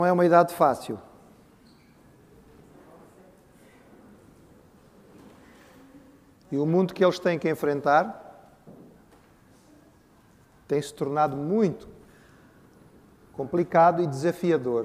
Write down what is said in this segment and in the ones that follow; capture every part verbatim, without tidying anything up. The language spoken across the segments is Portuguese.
Não é uma idade fácil. E o mundo que eles têm que enfrentar tem se tornado muito complicado e desafiador.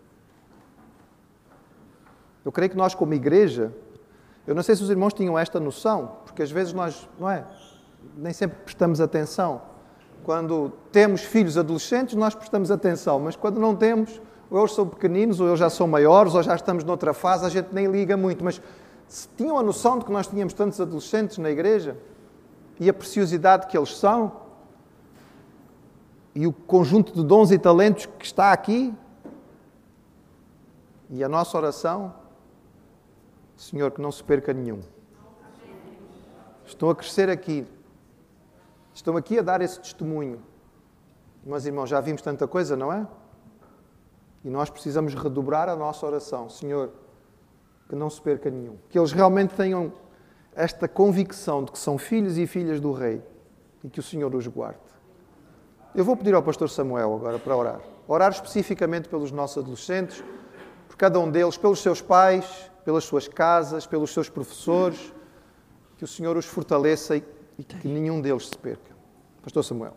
Eu creio que nós, como igreja, eu não sei se os irmãos tinham esta noção, porque às vezes nós, não é, nem sempre prestamos atenção. Quando temos filhos adolescentes, nós prestamos atenção, mas quando não temos, ou eles são pequeninos, ou eles já são maiores, ou já estamos noutra fase, a gente nem liga muito. Mas se tinham a noção de que nós tínhamos tantos adolescentes na igreja e a preciosidade que eles são e o conjunto de dons e talentos que está aqui e a nossa oração, Senhor, que não se perca nenhum. Estão a crescer aqui. Estão aqui a dar esse testemunho. Mas, irmãos, já vimos tanta coisa, não é? E nós precisamos redobrar a nossa oração. Senhor, que não se perca nenhum. Que eles realmente tenham esta convicção de que são filhos e filhas do Rei e que o Senhor os guarde. Eu vou pedir ao pastor Samuel agora para orar. Orar especificamente pelos nossos adolescentes, por cada um deles, pelos seus pais, pelas suas casas, pelos seus professores. Que o Senhor os fortaleça e e que nenhum deles se perca. Pastor Samuel.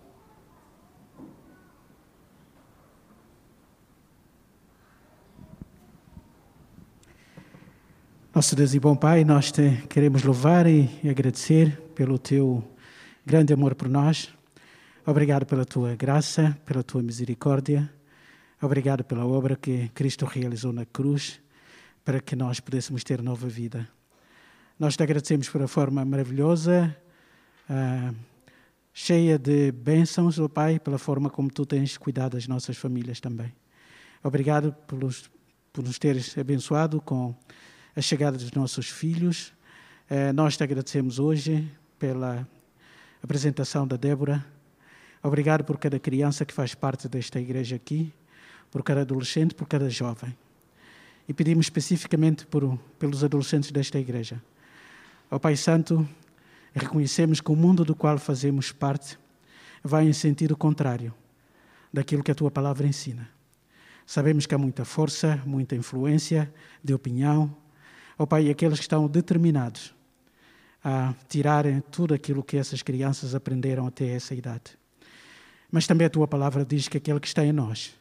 Nosso Deus e bom Pai, nós te queremos louvar e agradecer pelo teu grande amor por nós. Obrigado pela tua graça, pela tua misericórdia. Obrigado pela obra que Cristo realizou na cruz para que nós pudéssemos ter nova vida. Nós te agradecemos por a forma maravilhosa, Uh, cheia de bênçãos, ó Pai, pela forma como Tu tens cuidado das nossas famílias também. Obrigado pelos, por nos teres abençoado com a chegada dos nossos filhos. Uh, nós te agradecemos hoje pela apresentação da Débora. Obrigado por cada criança que faz parte desta igreja aqui, por cada adolescente, por cada jovem. E pedimos especificamente por, pelos adolescentes desta igreja. Ó Pai Santo, reconhecemos que o mundo do qual fazemos parte vai em sentido contrário daquilo que a Tua palavra ensina. Sabemos que há muita força, muita influência de opinião. Ó Pai, aqueles que estão determinados a tirarem tudo aquilo que essas crianças aprenderam até essa idade. Mas também a Tua palavra diz que aquele que está em nós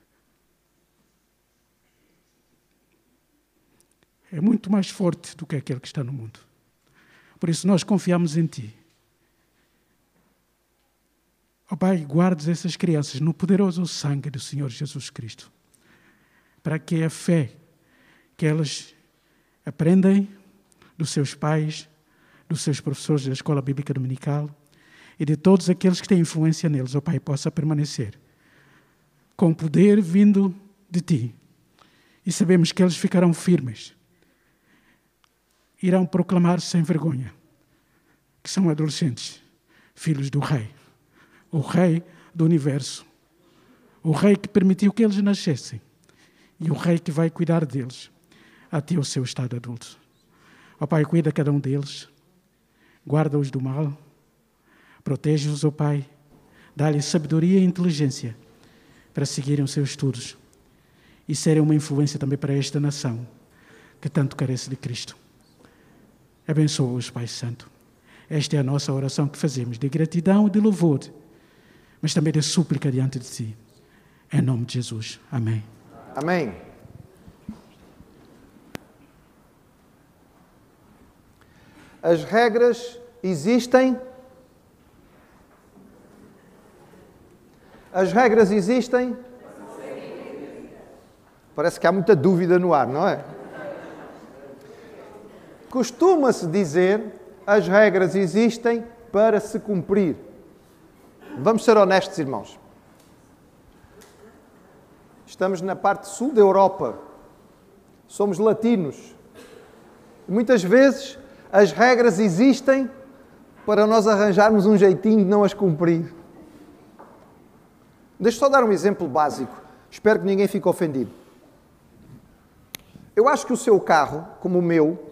é muito mais forte do que aquele que está no mundo. Por isso nós confiamos em Ti. Ó Pai, guardes essas crianças no poderoso sangue do Senhor Jesus Cristo, para que a fé que elas aprendem dos seus pais, dos seus professores da Escola Bíblica Dominical e de todos aqueles que têm influência neles, ó Pai, possa permanecer com poder vindo de Ti. E sabemos que eles ficarão firmes. Irão proclamar sem vergonha que são adolescentes, filhos do Rei, o Rei do Universo, o Rei que permitiu que eles nascessem e o Rei que vai cuidar deles até o seu estado adulto. Ó Pai, cuida cada um deles, guarda-os do mal, protege-os, ó Pai, dá-lhes sabedoria e inteligência para seguirem os seus estudos e serem uma influência também para esta nação que tanto carece de Cristo. Abençoa-os, Pai Santo. Esta é a nossa oração que fazemos, de gratidão e de louvor, mas também de súplica diante de Ti. Em nome de Jesus. Amém. Amém. As regras existem. As regras existem. Parece que há muita dúvida no ar, não é? Costuma-se dizer, as regras existem para se cumprir. Vamos ser honestos, irmãos. Estamos na parte sul da Europa. Somos latinos. E muitas vezes as regras existem para nós arranjarmos um jeitinho de não as cumprir. Deixa eu só dar um exemplo básico. Espero que ninguém fique ofendido. Eu acho que o seu carro, como o meu,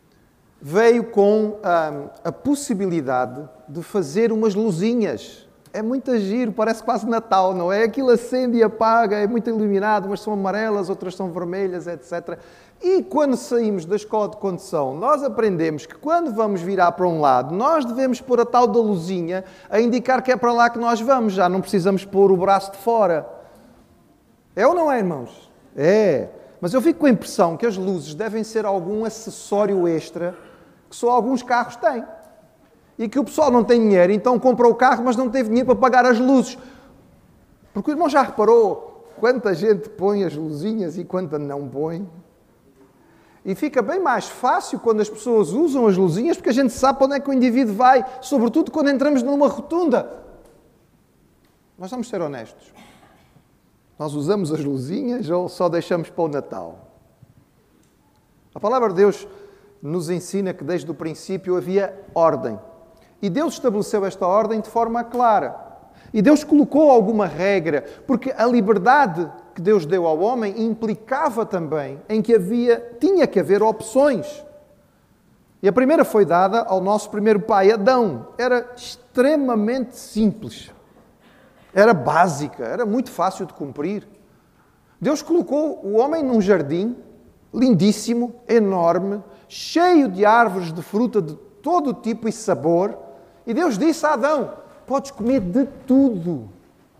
veio com a, a possibilidade de fazer umas luzinhas É muito giro, parece quase Natal, não é? Aquilo acende e apaga, é muito iluminado, umas são amarelas, outras são vermelhas, etcétera. E quando saímos da escola de condução, nós aprendemos que quando vamos virar para um lado, nós devemos pôr a tal da luzinha a indicar que é para lá que nós vamos, já não precisamos pôr o braço de fora. É ou não é, irmãos? É. Mas eu fico com a impressão que as luzes devem ser algum acessório extra que só alguns carros têm. E que o pessoal não tem dinheiro, então compra o carro, mas não teve dinheiro para pagar as luzes. Porque o irmão já reparou quanta gente põe as luzinhas e quanta não põe? E fica bem mais fácil quando as pessoas usam as luzinhas, porque a gente sabe para onde é que o indivíduo vai, sobretudo quando entramos numa rotunda. Nós vamos ser honestos. Nós usamos as luzinhas ou só deixamos para o Natal? A palavra de Deus nos ensina que desde o princípio havia ordem. E Deus estabeleceu esta ordem de forma clara. E Deus colocou alguma regra, porque a liberdade que Deus deu ao homem implicava também em que havia, tinha que haver opções. E a primeira foi dada ao nosso primeiro pai, Adão. Era extremamente simples. Era básica, era muito fácil de cumprir. Deus colocou o homem num jardim lindíssimo, enorme, cheio de árvores de fruta de todo tipo e sabor. E Deus disse a Adão, podes comer de tudo.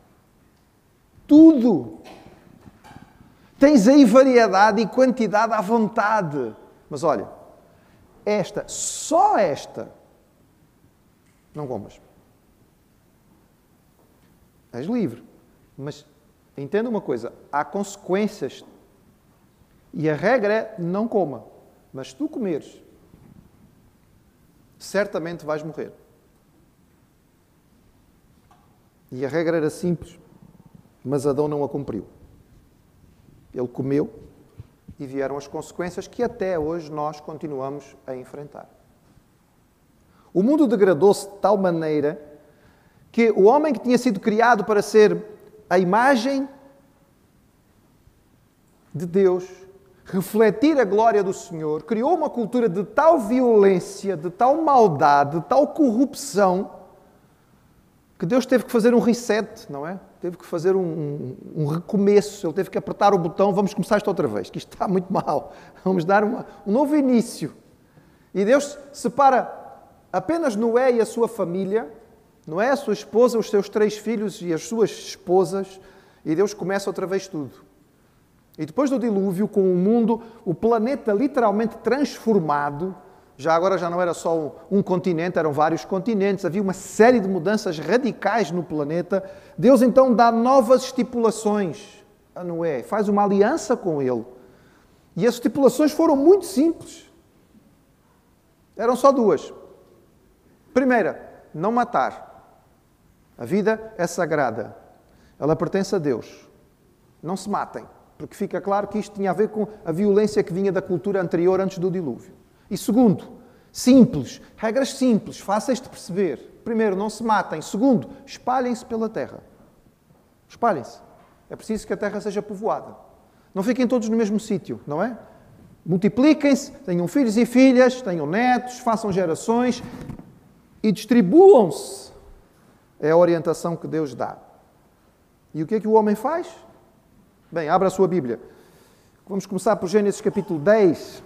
Tudo. Tens aí variedade e quantidade à vontade. Mas olha, esta, só esta, não comas. És livre. Mas entenda uma coisa, há consequências. E a regra é, não coma. Mas se tu comeres, certamente vais morrer. E a regra era simples, mas Adão não a cumpriu. Ele comeu e vieram as consequências que até hoje nós continuamos a enfrentar. O mundo degradou-se de tal maneira que o homem que tinha sido criado para ser a imagem de Deus, refletir a glória do Senhor, criou uma cultura de tal violência, de tal maldade, de tal corrupção, que Deus teve que fazer um reset, não é? Teve que fazer um, um, um recomeço, Ele teve que apertar o botão, vamos começar isto outra vez, que isto está muito mal, vamos dar uma, um novo início. E Deus separa apenas Noé e a sua família, Noé, a sua esposa, os seus três filhos e as suas esposas, e Deus começa outra vez tudo. E depois do dilúvio, com o mundo, o planeta literalmente transformado, já agora já não era só um, um continente, eram vários continentes, havia uma série de mudanças radicais no planeta. Deus então dá novas estipulações a Noé, faz uma aliança com ele. E as estipulações foram muito simples. Eram só duas. Primeira, não matar. A vida é sagrada. Ela pertence a Deus. Não se matem. Porque fica claro que isto tinha a ver com a violência que vinha da cultura anterior antes do dilúvio. E segundo, simples, regras simples, fáceis de perceber. Primeiro, não se matem. Segundo, espalhem-se pela terra. Espalhem-se. É preciso que a terra seja povoada. Não fiquem todos no mesmo sítio, não é? Multipliquem-se, tenham filhos e filhas, tenham netos, façam gerações e distribuam-se. É a orientação que Deus dá. E o que é que o homem faz? Bem, abra a sua Bíblia. Vamos começar por Gênesis capítulo dez.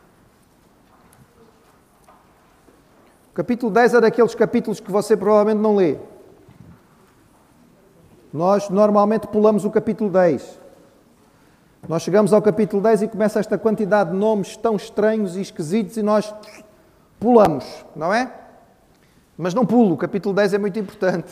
O capítulo dez é daqueles capítulos que você provavelmente não lê. Nós normalmente pulamos o capítulo dez. Nós chegamos ao capítulo dez e começa esta quantidade de nomes tão estranhos e esquisitos e nós pulamos, não é? Mas não pulo, o capítulo dez é muito importante.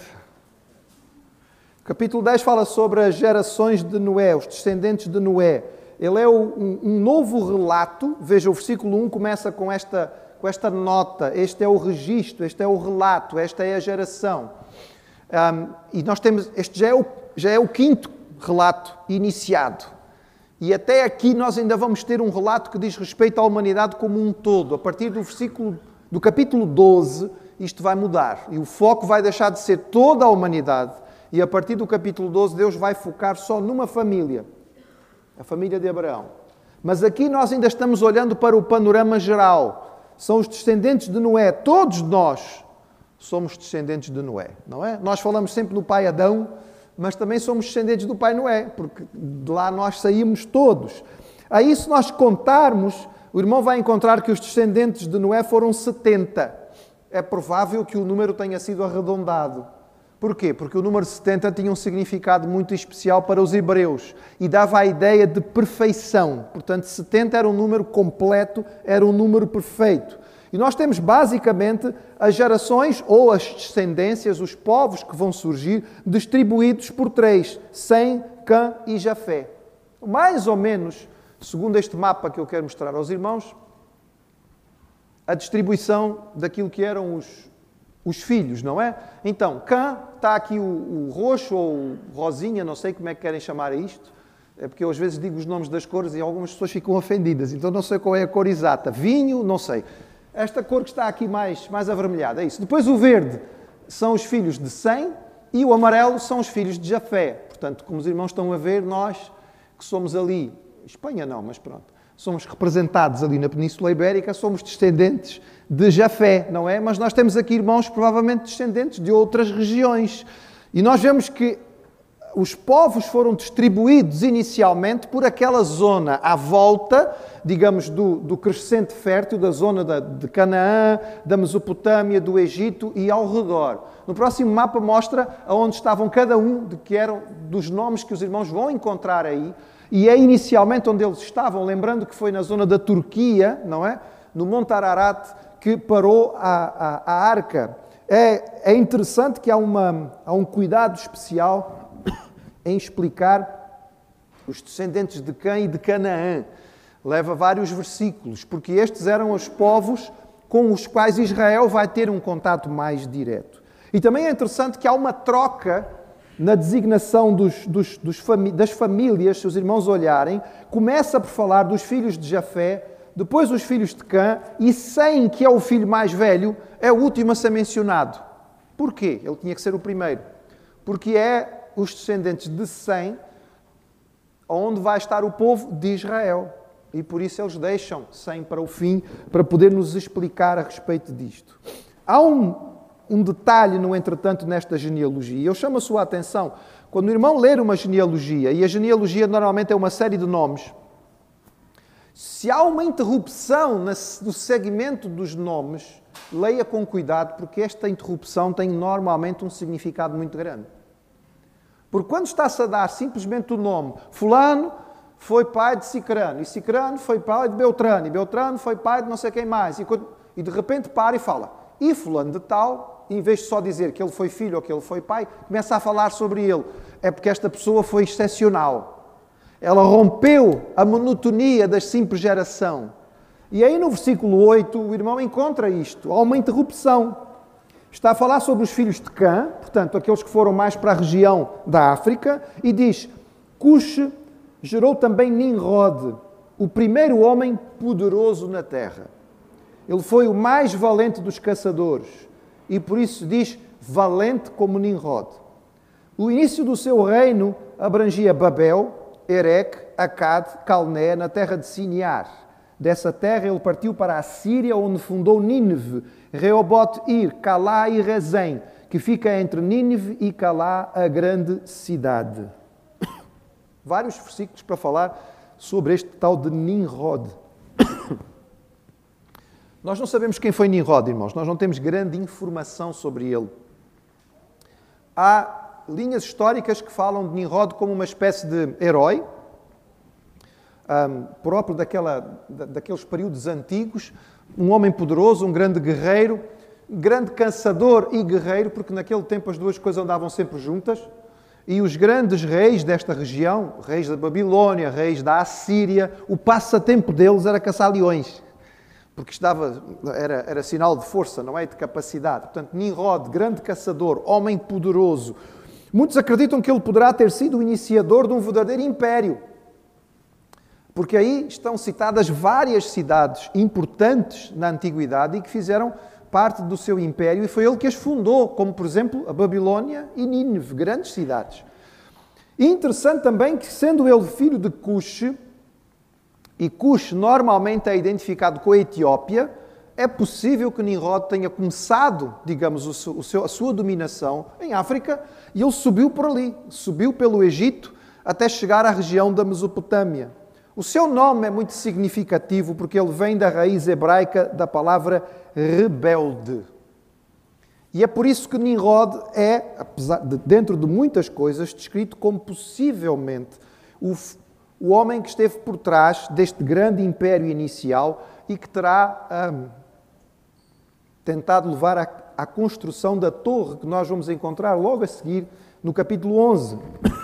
O capítulo dez fala sobre as gerações de Noé, os descendentes de Noé. Ele é um, um novo relato. Veja, o versículo um começa com esta, com esta nota. Este é o registro, este é o relato, esta é a geração. Um, e nós temos, este já é, o, já é o quinto relato iniciado. E até aqui nós ainda vamos ter um relato que diz respeito à humanidade como um todo. A partir do versículo, do capítulo doze, isto vai mudar. E o foco vai deixar de ser toda a humanidade. E a partir do capítulo doze, Deus vai focar só numa família. A família de Abraão. Mas aqui nós ainda estamos olhando para o panorama geral. São os descendentes de Noé. Todos nós somos descendentes de Noé, não é? Nós falamos sempre no pai Adão, mas também somos descendentes do pai Noé, porque de lá nós saímos todos. Aí, se nós contarmos, o irmão vai encontrar que os descendentes de Noé foram setenta. É provável que o número tenha sido arredondado. Porquê? Porque o número setenta tinha um significado muito especial para os hebreus e dava a ideia de perfeição. Portanto, setenta era um número completo, era um número perfeito. E nós temos basicamente as gerações ou as descendências, os povos que vão surgir, distribuídos por três: Sem, Cã e Jafé. Mais ou menos, segundo este mapa que eu quero mostrar aos irmãos, a distribuição daquilo que eram os, os filhos, não é? Então, Cã, está aqui o, o roxo ou o rosinha, não sei como é que querem chamar isto, é porque eu às vezes digo os nomes das cores e algumas pessoas ficam ofendidas, então não sei qual é a cor exata. Vinho, não sei. Esta cor que está aqui mais, mais avermelhada, é isso. Depois o verde são os filhos de Sem e o amarelo são os filhos de Jafé. Portanto, como os irmãos estão a ver, nós que somos ali, Espanha não, mas pronto, somos representados ali na Península Ibérica, somos descendentes de Jafé, não é? Mas nós temos aqui irmãos provavelmente descendentes de outras regiões. E nós vemos que os povos foram distribuídos inicialmente por aquela zona à volta, digamos, do, do crescente fértil, da zona da, de Canaã, da Mesopotâmia, do Egito e ao redor. No próximo mapa mostra onde estavam cada um de que eram dos nomes que os irmãos vão encontrar aí, e é inicialmente onde eles estavam, lembrando que foi na zona da Turquia, não é? No Monte Ararat, que parou a, a, a arca. É, é interessante que há, uma, há um cuidado especial em explicar os descendentes de Cã e de Canaã. Leva vários versículos, porque estes eram os povos com os quais Israel vai ter um contato mais direto. E também é interessante que há uma troca na designação dos, dos, dos fami- das famílias, se os irmãos olharem, começa por falar dos filhos de Jafé, depois os filhos de Cã, e Sem, que é o filho mais velho, é o último a ser mencionado. Porquê? Ele tinha que ser o primeiro. Porque é os descendentes de Sem onde vai estar o povo de Israel. E por isso eles deixam Sem para o fim, para poder nos explicar a respeito disto. Há um, um detalhe, no entretanto, nesta genealogia. Eu chamo a sua atenção. Quando o irmão ler uma genealogia, e a genealogia normalmente é uma série de nomes, se há uma interrupção no segmento dos nomes, leia com cuidado, porque esta interrupção tem normalmente um significado muito grande. Porque quando está-se a dar simplesmente o nome, fulano foi pai de Cicrano, e Cicrano foi pai de Beltrano, e Beltrano foi pai de não sei quem mais, e, e de repente para e fala, e fulano de tal, em vez de só dizer que ele foi filho ou que ele foi pai, começa a falar sobre ele. É porque esta pessoa foi excepcional. Ela rompeu a monotonia da simples geração. E aí no versículo oito, o irmão encontra isto. Há uma interrupção. Está a falar sobre os filhos de Cã, portanto, aqueles que foram mais para a região da África, e diz, Cush gerou também Nimrod, o primeiro homem poderoso na terra. Ele foi o mais valente dos caçadores, e por isso diz, valente como Nimrod. O início do seu reino abrangia Babel, Erec, Acade, Calné, na terra de Siniar. Dessa terra ele partiu para a Síria, onde fundou Nínive, Reobote-Ir, Calá e Rezém, que fica entre Nínive e Calá, a grande cidade. Vários versículos para falar sobre este tal de Nimrod. Nós não sabemos quem foi Nimrod, irmãos. Nós não temos grande informação sobre ele. Há linhas históricas que falam de Nimrod como uma espécie de herói, um, próprio daquela, da, daqueles períodos antigos, um homem poderoso, um grande guerreiro, grande caçador e guerreiro, porque naquele tempo as duas coisas andavam sempre juntas, e os grandes reis desta região, reis da Babilônia, reis da Assíria, o passatempo deles era caçar leões, porque estava, era, era sinal de força, não é? De capacidade. Portanto, Nimrod, grande caçador, homem poderoso. Muitos acreditam que ele poderá ter sido o iniciador de um verdadeiro império, porque aí estão citadas várias cidades importantes na Antiguidade e que fizeram parte do seu império, e foi ele que as fundou, como, por exemplo, a Babilônia e Nínive, grandes cidades. E interessante também que, sendo ele filho de Cush, e Cush normalmente é identificado com a Etiópia, é possível que Nimrod tenha começado, digamos, o seu, o seu, a sua dominação em África e ele subiu por ali, subiu pelo Egito até chegar à região da Mesopotâmia. O seu nome é muito significativo porque ele vem da raiz hebraica da palavra rebelde. E é por isso que Nimrod é, apesar de, dentro de muitas coisas, descrito como possivelmente o, o homem que esteve por trás deste grande império inicial e que terá hum, tentado levar à, à construção da torre que nós vamos encontrar logo a seguir no capítulo onze.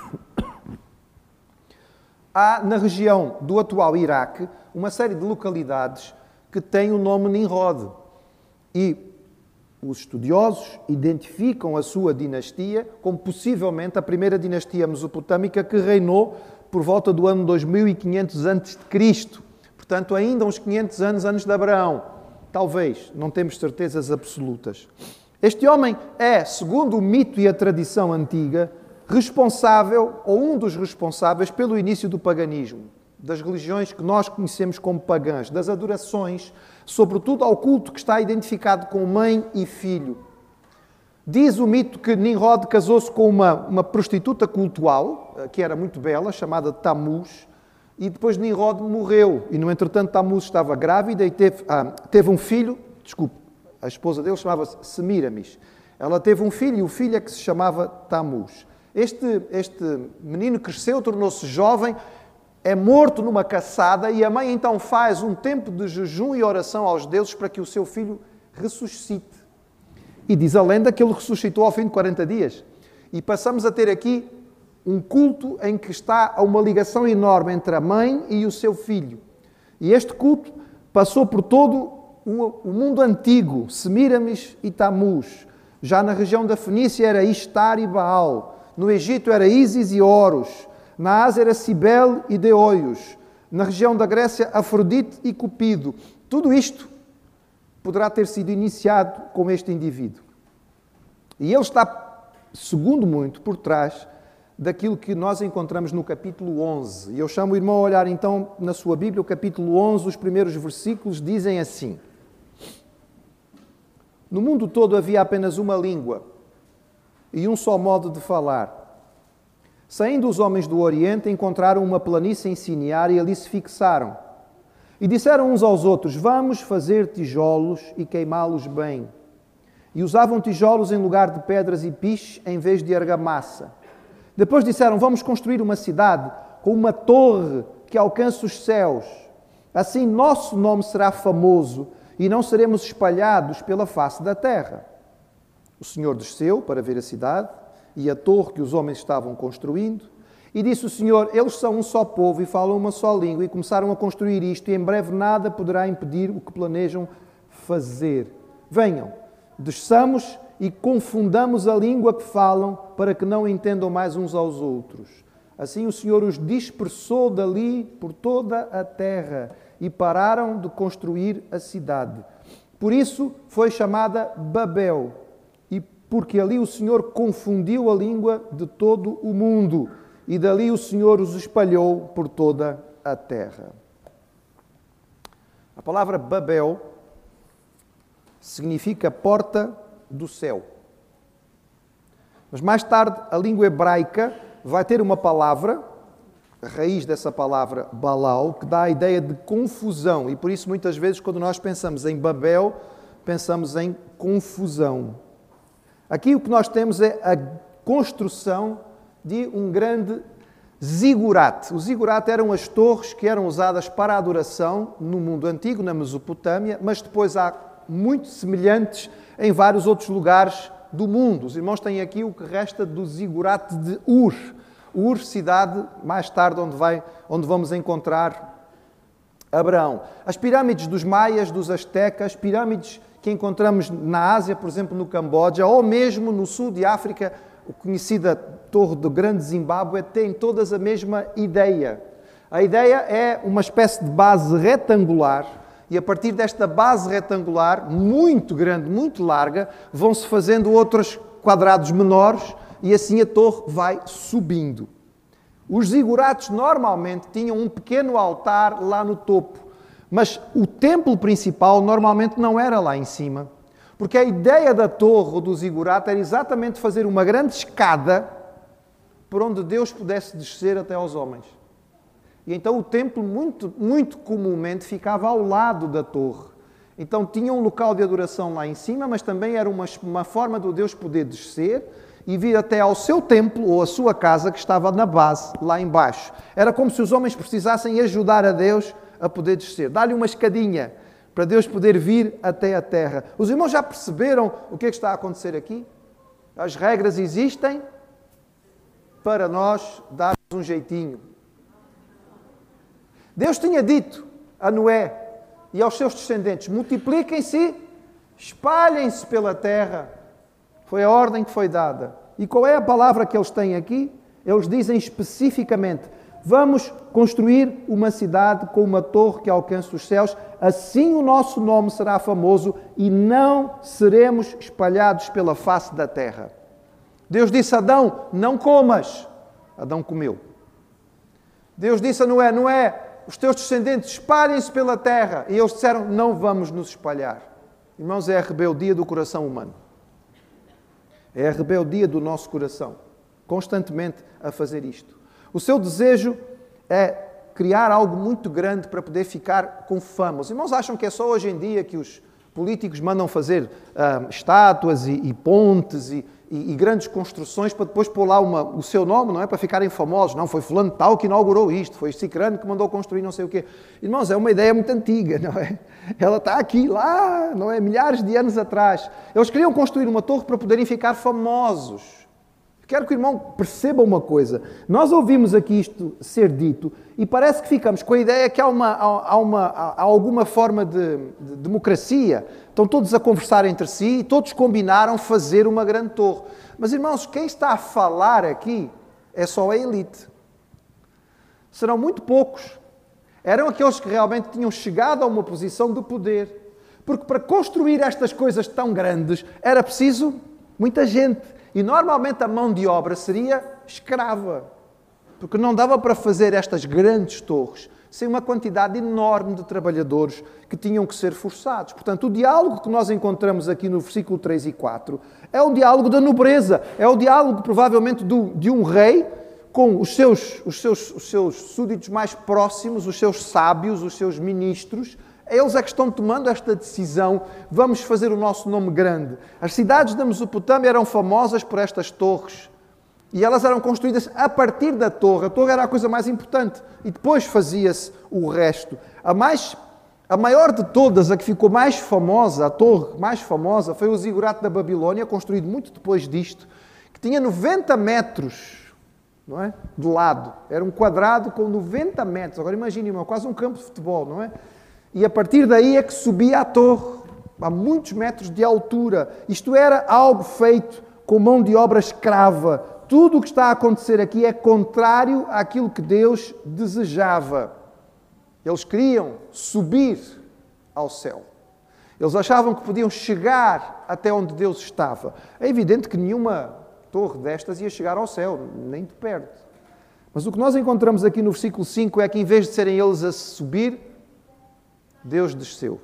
Há na região do atual Iraque uma série de localidades que têm o nome Nimrod. E os estudiosos identificam a sua dinastia como possivelmente a primeira dinastia mesopotâmica que reinou por volta do ano dois mil e quinhentos antes de Cristo. Portanto, ainda uns quinhentos anos antes de Abraão. Talvez, não temos certezas absolutas. Este homem é, segundo o mito e a tradição antiga, responsável, ou um dos responsáveis, pelo início do paganismo, das religiões que nós conhecemos como pagãs, das adorações, sobretudo ao culto que está identificado com mãe e filho. Diz o mito que Nimrod casou-se com uma, uma prostituta cultual, que era muito bela, chamada Tammuz, e depois Nimrod morreu. E, no entretanto, Tammuz estava grávida e teve, ah, teve um filho, desculpe, a esposa dele chamava-se Semiramis. Ela teve um filho e o filho é que se chamava Tammuz. Este, este menino cresceu, tornou-se jovem, é morto numa caçada e a mãe então faz um tempo de jejum e oração aos deuses para que o seu filho ressuscite. E diz a lenda que ele ressuscitou ao fim de quarenta dias. E passamos a ter aqui um culto em que está uma ligação enorme entre a mãe e o seu filho. E este culto passou por todo o mundo antigo, Semiramis e Tammuz. Já na região da Fenícia era Ishtar e Baal. No Egito era Ísis e Horus. Na Ásia era Cibele e Deoios. Na região da Grécia, Afrodite e Cupido. Tudo isto poderá ter sido iniciado com este indivíduo. E ele está, segundo muito, por trás daquilo que nós encontramos no capítulo onze. E eu chamo o irmão a olhar então na sua Bíblia, o capítulo onze, os primeiros versículos dizem assim: no mundo todo havia apenas uma língua e um só modo de falar. Saindo os homens do Oriente, encontraram uma planície em Sinear e ali se fixaram. E disseram uns aos outros: vamos fazer tijolos e queimá-los bem. E usavam tijolos em lugar de pedras e piche em vez de argamassa. Depois disseram: vamos construir uma cidade com uma torre que alcance os céus. Assim nosso nome será famoso e não seremos espalhados pela face da terra. O Senhor desceu para ver a cidade e a torre que os homens estavam construindo. E disse o Senhor: eles são um só povo e falam uma só língua. E começaram a construir isto, e em breve nada poderá impedir o que planejam fazer. Venham, desçamos e confundamos a língua que falam, para que não entendam mais uns aos outros. Assim o Senhor os dispersou dali por toda a terra, e pararam de construir a cidade. Por isso foi chamada Babel, e porque ali o Senhor confundiu a língua de todo o mundo, e dali o Senhor os espalhou por toda a terra. A palavra Babel significa porta do céu. Mas mais tarde a língua hebraica vai ter uma palavra, a raiz dessa palavra Balau, que dá a ideia de confusão. E por isso muitas vezes quando nós pensamos em Babel, pensamos em confusão. Aqui o que nós temos é a construção de um grande zigurate. O zigurate eram as torres que eram usadas para a adoração no mundo antigo, na Mesopotâmia, mas depois há muito semelhantes em vários outros lugares do mundo. Os irmãos têm aqui o que resta do zigurate de Ur. Ur, cidade, mais tarde, onde, vai, onde vamos encontrar Abraão. As pirâmides dos maias, dos astecas, pirâmides que encontramos na Ásia, por exemplo, no Camboja, ou mesmo no sul de África, a conhecida Torre do Grande Zimbábue, tem todas a mesma ideia. A ideia é uma espécie de base retangular, e a partir desta base retangular, muito grande, muito larga, vão-se fazendo outros quadrados menores, e assim a torre vai subindo. Os zigurates normalmente tinham um pequeno altar lá no topo, Mas o templo principal normalmente não era lá em cima, porque a ideia da torre ou do zigurato era exatamente fazer uma grande escada por onde Deus pudesse descer até aos homens. E então o templo muito, muito comumente ficava ao lado da torre. Então tinha um local de adoração lá em cima, mas também era uma, uma forma de Deus poder descer e vir até ao seu templo ou a sua casa que estava na base, lá embaixo. Era como se os homens precisassem ajudar a Deus a poder descer. Dá-lhe uma escadinha para Deus poder vir até a terra. Os irmãos já perceberam o que é que está a acontecer aqui? As regras existem para nós darmos um jeitinho. Deus tinha dito a Noé e aos seus descendentes: multipliquem-se, espalhem-se pela terra. Foi a ordem que foi dada. E qual é a palavra que eles têm aqui? Eles dizem especificamente: vamos construir uma cidade com uma torre que alcance os céus, assim o nosso nome será famoso e não seremos espalhados pela face da terra. Deus disse a Adão: não comas. Adão comeu. Deus disse a Noé: Noé, os teus descendentes espalhem-se pela terra. E eles disseram: não vamos nos espalhar. Irmãos, é a rebeldia do coração humano. É a rebeldia do nosso coração, constantemente a fazer isto. O seu desejo é criar algo muito grande para poder ficar com fama. Os irmãos acham que é só hoje em dia que os políticos mandam fazer ah, estátuas e, e pontes e, e, e grandes construções para depois pôr lá uma, o seu nome, não é? Para ficarem famosos. Não, foi fulano tal que inaugurou isto, foi Cicrano que mandou construir não sei o quê. Irmãos, é uma ideia muito antiga, não é? Ela está aqui, lá, não é? Milhares de anos atrás. Eles queriam construir uma torre para poderem ficar famosos. Quero que o irmão perceba uma coisa. Nós ouvimos aqui isto ser dito e parece que ficamos com a ideia que há, uma, há, uma, há alguma forma de, de democracia. Estão todos a conversar entre si e todos combinaram fazer uma grande torre. Mas, irmãos, quem está a falar aqui é só a elite. Serão muito poucos. Eram aqueles que realmente tinham chegado a uma posição de poder. Porque para construir estas coisas tão grandes era preciso muita gente. E normalmente a mão de obra seria escrava, porque não dava para fazer estas grandes torres sem uma quantidade enorme de trabalhadores que tinham que ser forçados. Portanto, o diálogo que nós encontramos aqui no versículo três e quatro é um diálogo da nobreza, é o diálogo provavelmente do, de um rei com os seus, os, seus, os seus súditos mais próximos, os seus sábios, os seus ministros. Eles é que estão tomando esta decisão: vamos fazer o nosso nome grande. As cidades da Mesopotâmia eram famosas por estas torres. E elas eram construídas a partir da torre. A torre era a coisa mais importante. E depois fazia-se o resto. A, mais, a maior de todas, a que ficou mais famosa, a torre mais famosa, foi o zigurato da Babilônia, construído muito depois disto, que tinha noventa metros, não é? De lado. Era um quadrado com noventa metros. Agora imagine, irmão, quase um campo de futebol, não é? E a partir daí é que subia a torre, a muitos metros de altura. Isto era algo feito com mão de obra escrava. Tudo o que está a acontecer aqui é contrário àquilo que Deus desejava. Eles queriam subir ao céu. Eles achavam que podiam chegar até onde Deus estava. É evidente que nenhuma torre destas ia chegar ao céu, nem de perto. Mas o que nós encontramos aqui no versículo cinco é que, em vez de serem eles a subir, Deus desceu.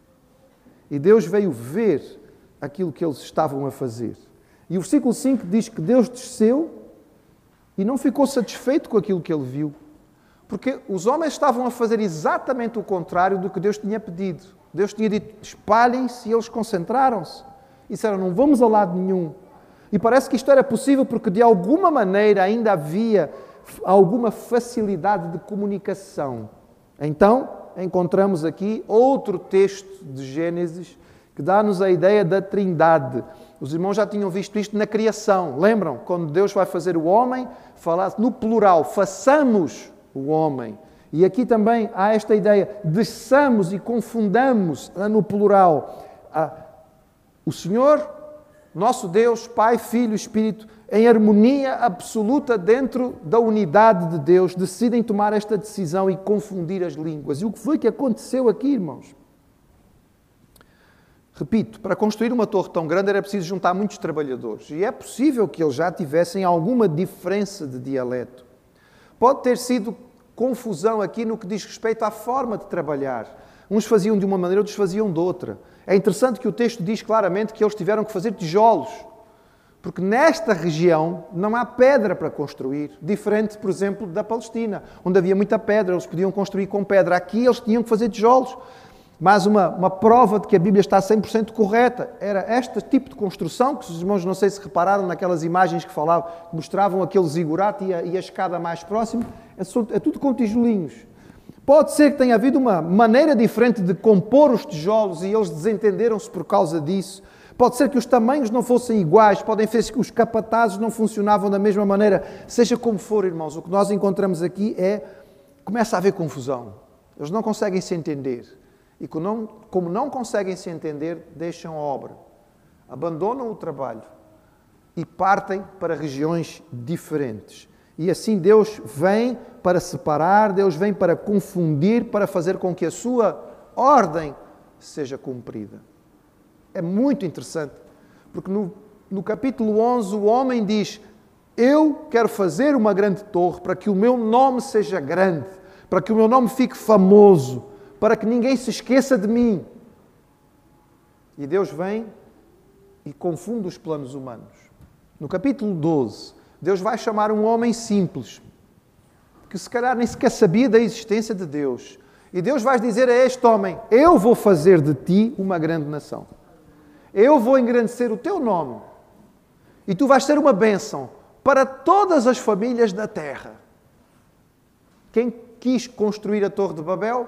E Deus veio ver aquilo que eles estavam a fazer. E o versículo cinco diz que Deus desceu e não ficou satisfeito com aquilo que ele viu. Porque os homens estavam a fazer exatamente o contrário do que Deus tinha pedido. Deus tinha dito: espalhem-se, e eles concentraram-se. E disseram: não vamos a lado nenhum. E parece que isto era possível porque, de alguma maneira, ainda havia alguma facilidade de comunicação. Então, encontramos aqui outro texto de Gênesis que dá-nos a ideia da Trindade. Os irmãos já tinham visto isto na criação. Lembram? Quando Deus vai fazer o homem, fala no plural: façamos o homem. E aqui também há esta ideia: desçamos e confundamos no plural. O Senhor, nosso Deus, Pai, Filho e Espírito, em harmonia absoluta dentro da unidade de Deus, decidem tomar esta decisão e confundir as línguas. E o que foi que aconteceu aqui, irmãos? Repito, para construir uma torre tão grande era preciso juntar muitos trabalhadores. E é possível que eles já tivessem alguma diferença de dialeto. Pode ter sido confusão aqui no que diz respeito à forma de trabalhar. Uns faziam de uma maneira, outros faziam de outra. É interessante que o texto diz claramente que eles tiveram que fazer tijolos, porque nesta região não há pedra para construir, diferente, por exemplo, da Palestina, onde havia muita pedra, eles podiam construir com pedra. Aqui eles tinham que fazer tijolos. Mais uma, uma prova de que a Bíblia está cem por cento correta. Era este tipo de construção, que os irmãos não sei se repararam naquelas imagens que falavam, que mostravam aquele zigurate e a, e a escada mais próxima, é, só, é tudo com tijolinhos. Pode ser que tenha havido uma maneira diferente de compor os tijolos e eles desentenderam-se por causa disso. Pode ser que os tamanhos não fossem iguais, podem ser que os capatazes não funcionavam da mesma maneira. Seja como for, irmãos, o que nós encontramos aqui é, começa a haver confusão. Eles não conseguem se entender. E como não conseguem se entender, deixam a obra, abandonam o trabalho e partem para regiões diferentes. E assim Deus vem para separar, Deus vem para confundir, para fazer com que a sua ordem seja cumprida. É muito interessante, porque no, no capítulo onze o homem diz: eu quero fazer uma grande torre para que o meu nome seja grande, para que o meu nome fique famoso, para que ninguém se esqueça de mim. E Deus vem e confunde os planos humanos. No capítulo doze, Deus vai chamar um homem simples, que se calhar nem sequer sabia da existência de Deus. E Deus vai dizer a este homem: eu vou fazer de ti uma grande nação. Eu vou engrandecer o teu nome. E tu vais ser uma bênção para todas as famílias da terra. Quem quis construir a Torre de Babel?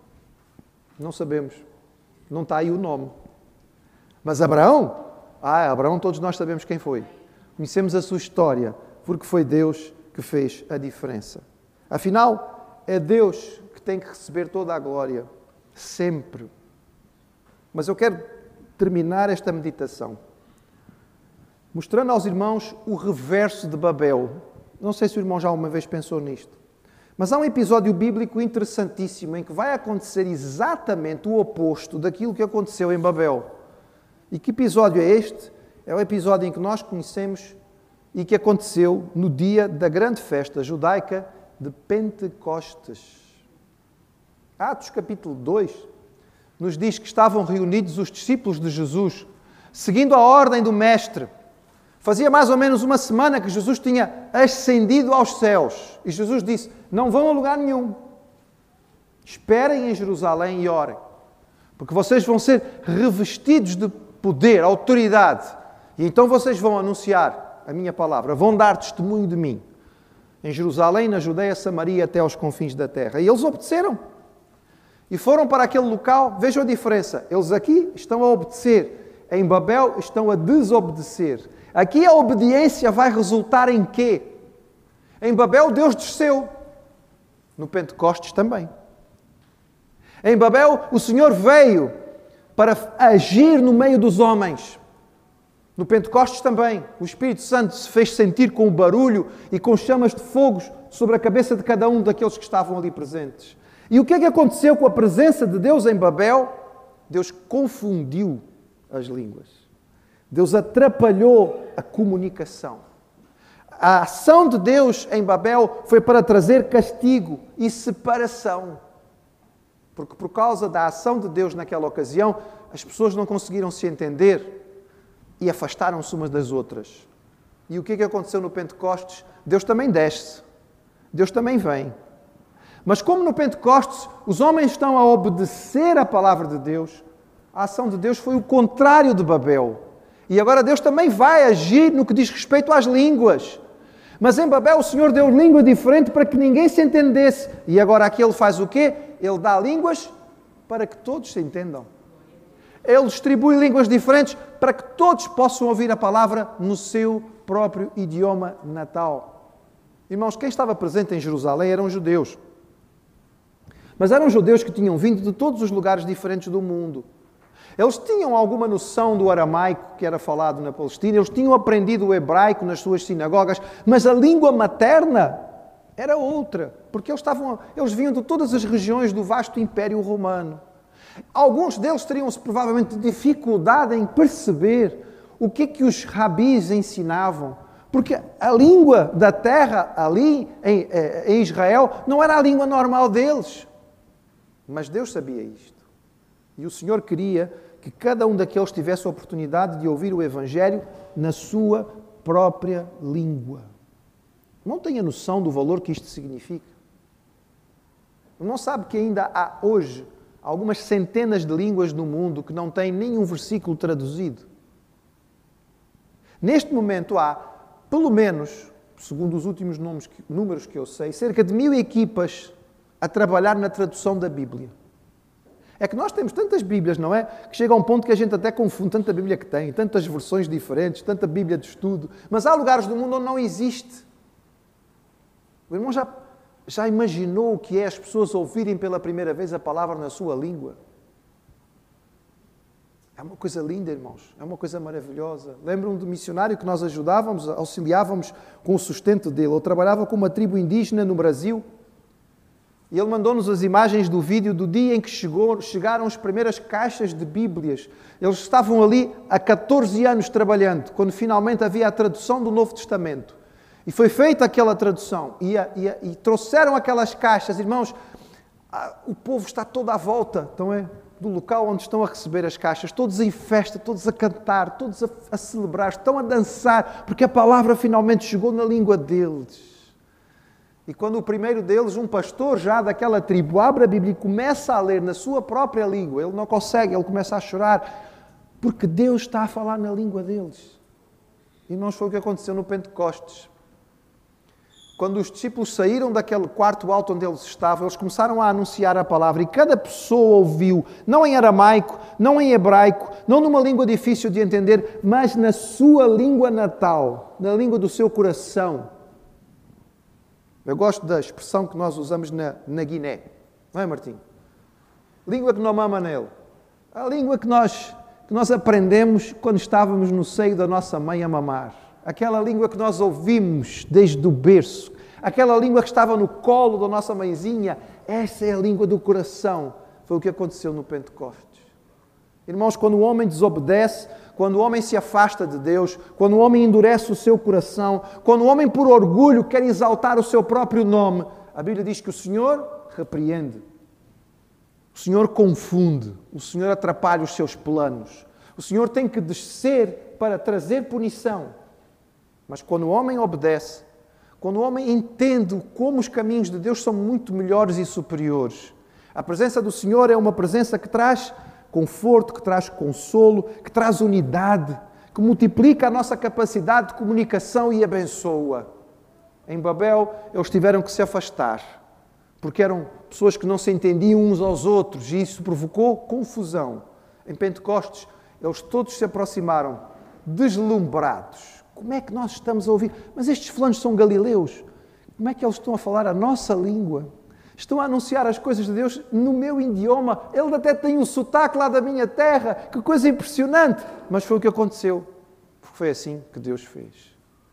Não sabemos. Não está aí o nome. Mas Abraão? Ah, Abraão todos nós sabemos quem foi. Conhecemos a sua história, porque foi Deus que fez a diferença. Afinal, é Deus que tem que receber toda a glória. Sempre. Mas eu quero terminar esta meditação mostrando aos irmãos o reverso de Babel. Não sei se o irmão já uma vez pensou nisto. Mas há um episódio bíblico interessantíssimo em que vai acontecer exatamente o oposto daquilo que aconteceu em Babel. E que episódio é este? É o episódio em que nós conhecemos e que aconteceu no dia da grande festa judaica de Pentecostes. Atos capítulo dois nos diz que estavam reunidos os discípulos de Jesus, seguindo a ordem do Mestre. Fazia mais ou menos uma semana que Jesus tinha ascendido aos céus. E Jesus disse: não vão a lugar nenhum. Esperem em Jerusalém e orem. Porque vocês vão ser revestidos de poder, autoridade. E então vocês vão anunciar a minha palavra. Vão dar testemunho de mim. Em Jerusalém, na Judeia, Samaria, até aos confins da terra. E eles obedeceram. E foram para aquele local. Vejam a diferença. Eles aqui estão a obedecer. Em Babel estão a desobedecer. Aqui a obediência vai resultar em quê? Em Babel Deus desceu. No Pentecostes também. Em Babel o Senhor veio para agir no meio dos homens. No Pentecostes também. O Espírito Santo se fez sentir com o barulho e com chamas de fogo sobre a cabeça de cada um daqueles que estavam ali presentes. E o que é que aconteceu com a presença de Deus em Babel? Deus confundiu as línguas. Deus atrapalhou a comunicação. A ação de Deus em Babel foi para trazer castigo e separação. Porque por causa da ação de Deus naquela ocasião, as pessoas não conseguiram se entender e afastaram-se umas das outras. E o que é que aconteceu no Pentecostes? Deus também desce. Deus também vem. Mas como no Pentecostes os homens estão a obedecer à palavra de Deus, a ação de Deus foi o contrário de Babel. E agora Deus também vai agir no que diz respeito às línguas. Mas em Babel o Senhor deu língua diferente para que ninguém se entendesse. E agora aqui Ele faz o quê? Ele dá línguas para que todos se entendam. Ele distribui línguas diferentes para que todos possam ouvir a palavra no seu próprio idioma natal. Irmãos, quem estava presente em Jerusalém eram judeus. Mas eram judeus que tinham vindo de todos os lugares diferentes do mundo. Eles tinham alguma noção do aramaico que era falado na Palestina, eles tinham aprendido o hebraico nas suas sinagogas, mas a língua materna era outra, porque eles, estavam, eles vinham de todas as regiões do vasto Império Romano. Alguns deles teriam provavelmente dificuldade em perceber o que é que os rabis ensinavam, Porque a língua da terra ali em, em Israel não era a língua normal deles. Mas Deus sabia isto. E o Senhor queria que cada um daqueles tivesse a oportunidade de ouvir o Evangelho na sua própria língua. Não tem a noção do valor que isto significa? Não sabe que ainda há hoje algumas centenas de línguas no mundo que não têm nenhum versículo traduzido? Neste momento há, pelo menos, segundo os últimos números que eu sei, cerca de mil equipas a trabalhar na tradução da Bíblia. É que nós temos tantas Bíblias, não é? Que chega a um ponto que a gente até confunde tanta Bíblia que tem, tantas versões diferentes, tanta Bíblia de estudo. Mas há lugares do mundo onde não existe. O irmão já, já imaginou o que é as pessoas ouvirem pela primeira vez a palavra na sua língua? É uma coisa linda, irmãos. É uma coisa maravilhosa. Lembro-me do missionário que nós ajudávamos, auxiliávamos com o sustento dele. Ele trabalhava com uma tribo indígena no Brasil. E ele mandou-nos as imagens do vídeo do dia em que chegou, chegaram as primeiras caixas de Bíblias. Eles estavam ali há catorze anos trabalhando, quando finalmente havia a tradução do Novo Testamento. E foi feita aquela tradução. E, a, e, a, e trouxeram aquelas caixas. Irmãos, a, o povo está todo à volta, então é, do local onde estão a receber as caixas. Todos em festa, todos a cantar, todos a, a celebrar, estão a dançar, porque a palavra finalmente chegou na língua deles. E quando o primeiro deles, um pastor já daquela tribo, abre a Bíblia e começa a ler na sua própria língua, ele não consegue, ele começa a chorar, porque Deus está a falar na língua deles. E não foi o que aconteceu no Pentecostes. Quando os discípulos saíram daquele quarto alto onde eles estavam, eles começaram a anunciar a palavra e cada pessoa ouviu, não em aramaico, não em hebraico, não numa língua difícil de entender, mas na sua língua natal, na língua do seu coração. Eu gosto da expressão que nós usamos na, na Guiné. Não é, Martim? Língua que não mama nele. A língua que nós, que nós aprendemos quando estávamos no seio da nossa mãe a mamar. Aquela língua que nós ouvimos desde o berço. Aquela língua que estava no colo da nossa mãezinha. Essa é a língua do coração. Foi o que aconteceu no Pentecostes. Irmãos, quando o homem desobedece, quando o homem se afasta de Deus, quando o homem endurece o seu coração, quando o homem por orgulho quer exaltar o seu próprio nome, a Bíblia diz que o Senhor repreende, o Senhor confunde, o Senhor atrapalha os seus planos, o Senhor tem que descer para trazer punição. Mas quando o homem obedece, quando o homem entende como os caminhos de Deus são muito melhores e superiores, a presença do Senhor é uma presença que traz conforto, que traz consolo, que traz unidade, que multiplica a nossa capacidade de comunicação e abençoa. Em Babel, eles tiveram que se afastar, porque eram pessoas que não se entendiam uns aos outros, e isso provocou confusão. Em Pentecostes, eles todos se aproximaram, deslumbrados. Como é que nós estamos a ouvir? Mas estes fulanos são galileus. Como é que eles estão a falar a nossa língua? Estão a anunciar as coisas de Deus no meu idioma. Ele até tem um sotaque lá da minha terra. Que coisa impressionante! Mas foi o que aconteceu. Foi assim que Deus fez.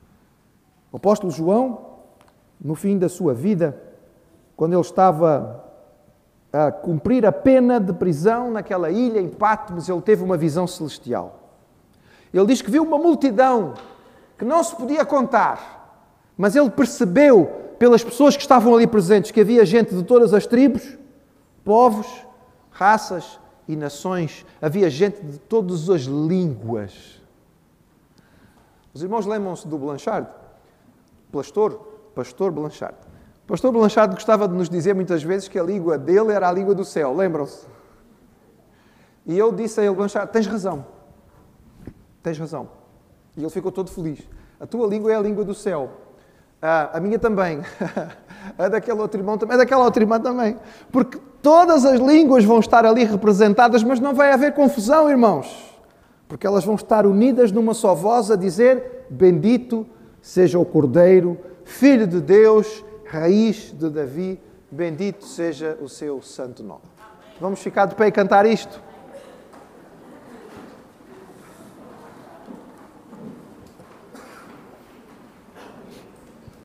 O apóstolo João, no fim da sua vida, quando ele estava a cumprir a pena de prisão naquela ilha, em Patmos, ele teve uma visão celestial. Ele diz que viu uma multidão que não se podia contar, mas ele percebeu pelas pessoas que estavam ali presentes, que havia gente de todas as tribos, povos, raças e nações. Havia gente de todas as línguas. Os irmãos lembram-se do Blanchard? Pastor, Pastor Blanchard. Pastor Blanchard gostava de nos dizer muitas vezes que a língua dele era a língua do céu. Lembram-se? E eu disse a ele, Blanchard, tens razão. Tens razão. E ele ficou todo feliz. A tua língua é a língua do céu. Ah, a minha também, a daquele outro irmão também, a daquela outra irmã também, porque todas as línguas vão estar ali representadas, mas não vai haver confusão, irmãos, porque elas vão estar unidas numa só voz a dizer, bendito seja o Cordeiro, Filho de Deus, raiz de Davi, bendito seja o seu santo nome. Vamos ficar de pé e cantar isto?